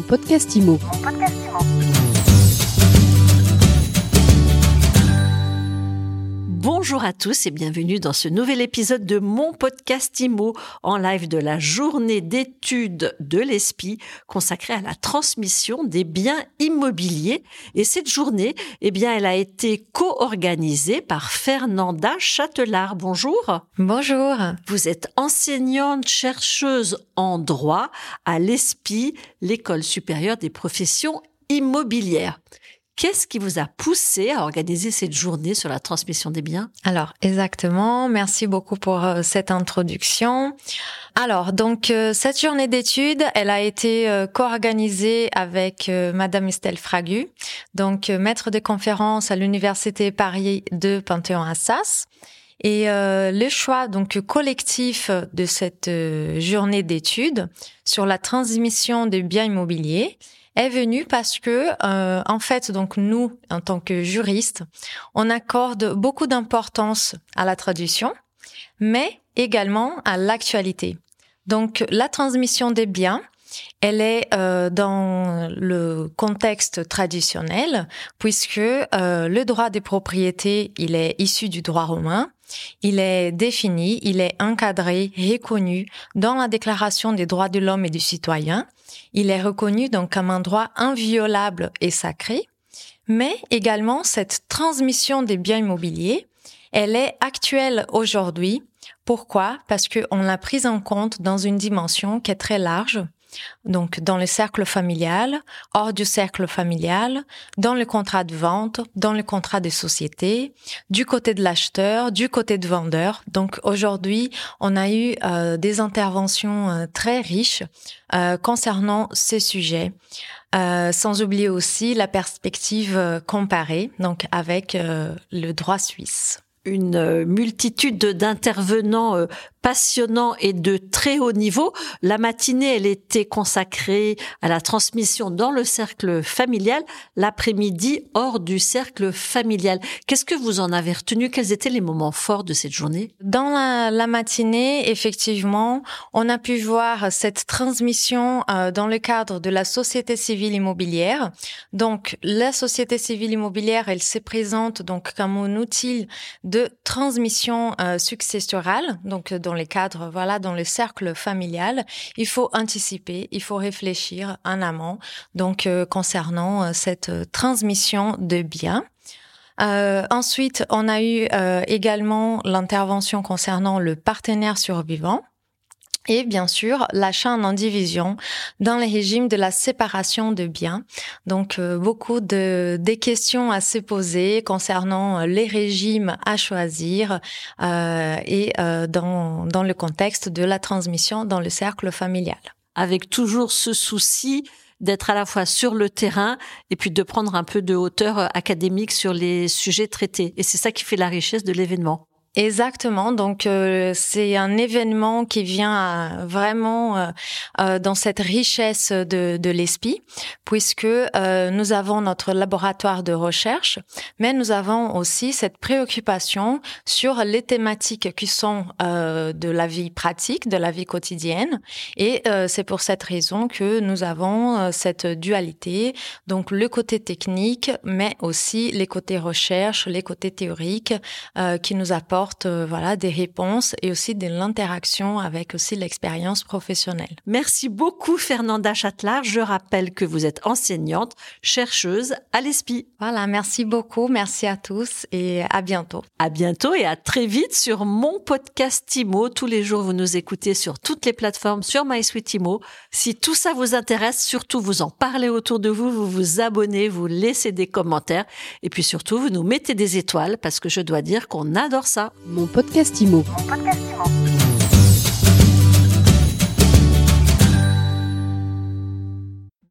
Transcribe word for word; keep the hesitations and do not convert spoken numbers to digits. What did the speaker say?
podcast IMO. Mon podcast IMO. Bonjour à tous et bienvenue dans ce nouvel épisode de mon podcast IMO en live de la journée d'études de l'E S P I consacrée à la transmission des biens immobiliers. Et cette journée, eh bien, elle a été co-organisée par Fernanda Châtelard. Bonjour. Bonjour. Vous êtes enseignante chercheuse en droit à l'E S P I, l'École supérieure des professions immobilières. Qu'est-ce qui vous a poussé à organiser cette journée sur la transmission des biens ? Alors, exactement. Merci beaucoup pour euh, cette introduction. Alors, donc, euh, cette journée d'études, elle a été euh, co-organisée avec euh, Madame Estelle Fragu, donc euh, maître de conférence à l'Université Paris deux Panthéon-Assas. Et euh, le choix donc collectif de cette euh, journée d'études sur la transmission des biens immobiliers est venu parce que, euh, en fait, donc nous, en tant que juristes, on accorde beaucoup d'importance à la traduction, mais également à l'actualité. Donc, la transmission des biens, elle est euh, dans le contexte traditionnel, puisque euh, le droit des propriétés, il est issu du droit romain. Il est défini, il est encadré, reconnu dans la Déclaration des droits de l'homme et du citoyen. Il est reconnu donc comme un droit inviolable et sacré. Mais également, cette transmission des biens immobiliers, elle est actuelle aujourd'hui. Pourquoi ? Parce qu'on l'a prise en compte dans une dimension qui est très large. Donc, dans le cercle familial, hors du cercle familial, dans le contrat de vente, dans le contrat de société, du côté de l'acheteur, du côté de vendeur. Donc, aujourd'hui, on a eu euh, des interventions euh, très riches euh, concernant ces sujets. Euh, sans oublier aussi la perspective euh, comparée, donc avec euh, le droit suisse. Une multitude d'intervenants euh, passionnants et de très haut niveau. La matinée, elle était consacrée à la transmission dans le cercle familial, l'après-midi hors du cercle familial. Qu'est-ce que vous en avez retenu ? Quels étaient les moments forts de cette journée ? Dans la, la matinée, effectivement, on a pu voir cette transmission euh, dans le cadre de la société civile immobilière. Donc, la société civile immobilière, elle se présente donc comme un outil de transmission euh, successorale, donc dans les cadres, voilà, dans le cercle familial. Il faut anticiper, il faut réfléchir en amont, donc euh, concernant euh, cette euh, transmission de biens. Euh, ensuite, on a eu euh, également l'intervention concernant le partenaire survivant. Et bien sûr, l'achat en indivision dans le régime de la séparation de biens. Donc, euh, beaucoup de des questions à se poser concernant les régimes à choisir euh, et euh, dans dans le contexte de la transmission dans le cercle familial. Avec toujours ce souci d'être à la fois sur le terrain et puis de prendre un peu de hauteur académique sur les sujets traités. Et c'est ça qui fait la richesse de l'événement. Exactement, donc euh, c'est un événement qui vient euh, vraiment euh, euh, dans cette richesse de, de l'E S P I, puisque euh, nous avons notre laboratoire de recherche, mais nous avons aussi cette préoccupation sur les thématiques qui sont euh, de la vie pratique, de la vie quotidienne, et euh, c'est pour cette raison que nous avons euh, cette dualité, donc le côté technique, mais aussi les côtés recherche, les côtés théoriques euh, qui nous apportent voilà, des réponses et aussi de l'interaction avec aussi l'expérience professionnelle. Merci beaucoup Fernanda Châtelard. Je rappelle que vous êtes enseignante, chercheuse à l'E S P I. Voilà, merci beaucoup, merci à tous et à bientôt. À bientôt et à très vite sur mon podcast IMO. Tous les jours, vous nous écoutez sur toutes les plateformes, sur MySuite IMO. Si tout ça vous intéresse, surtout vous en parlez autour de vous, vous vous abonnez, vous laissez des commentaires et puis surtout, vous nous mettez des étoiles parce que je dois dire qu'on adore ça. Mon podcast IMO. Mon podcast IMO.